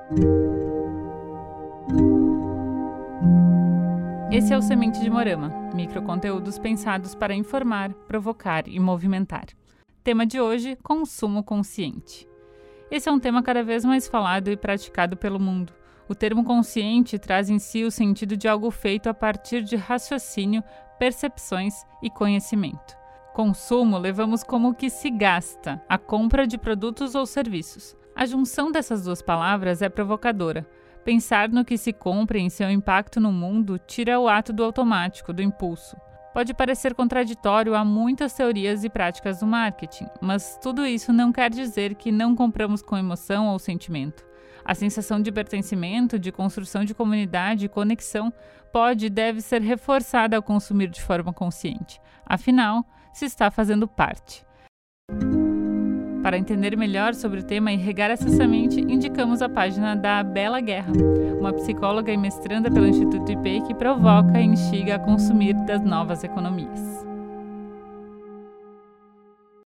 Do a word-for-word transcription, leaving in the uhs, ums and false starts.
Esse é o Semente de Morama, microconteúdos pensados para informar, provocar e movimentar. Tema de hoje, consumo consciente. Esse é um tema cada vez mais falado e praticado pelo mundo. O termo consciente traz em si o sentido de algo feito a partir de raciocínio, percepções e conhecimento. Consumo levamos como o que se gasta, a compra de produtos ou serviços. A junção dessas duas palavras é provocadora. Pensar no que se compra e em seu impacto no mundo tira o ato do automático, do impulso. Pode parecer contraditório a muitas teorias e práticas do marketing, mas tudo isso não quer dizer que não compramos com emoção ou sentimento. A sensação de pertencimento, de construção de comunidade e conexão pode e deve ser reforçada ao consumir de forma consciente. Afinal, se está fazendo parte. Para entender melhor sobre o tema e regar essa semente, indicamos a página da Bela Guerra, uma psicóloga e mestranda pelo Instituto I P que provoca e instiga a consumir das novas economias.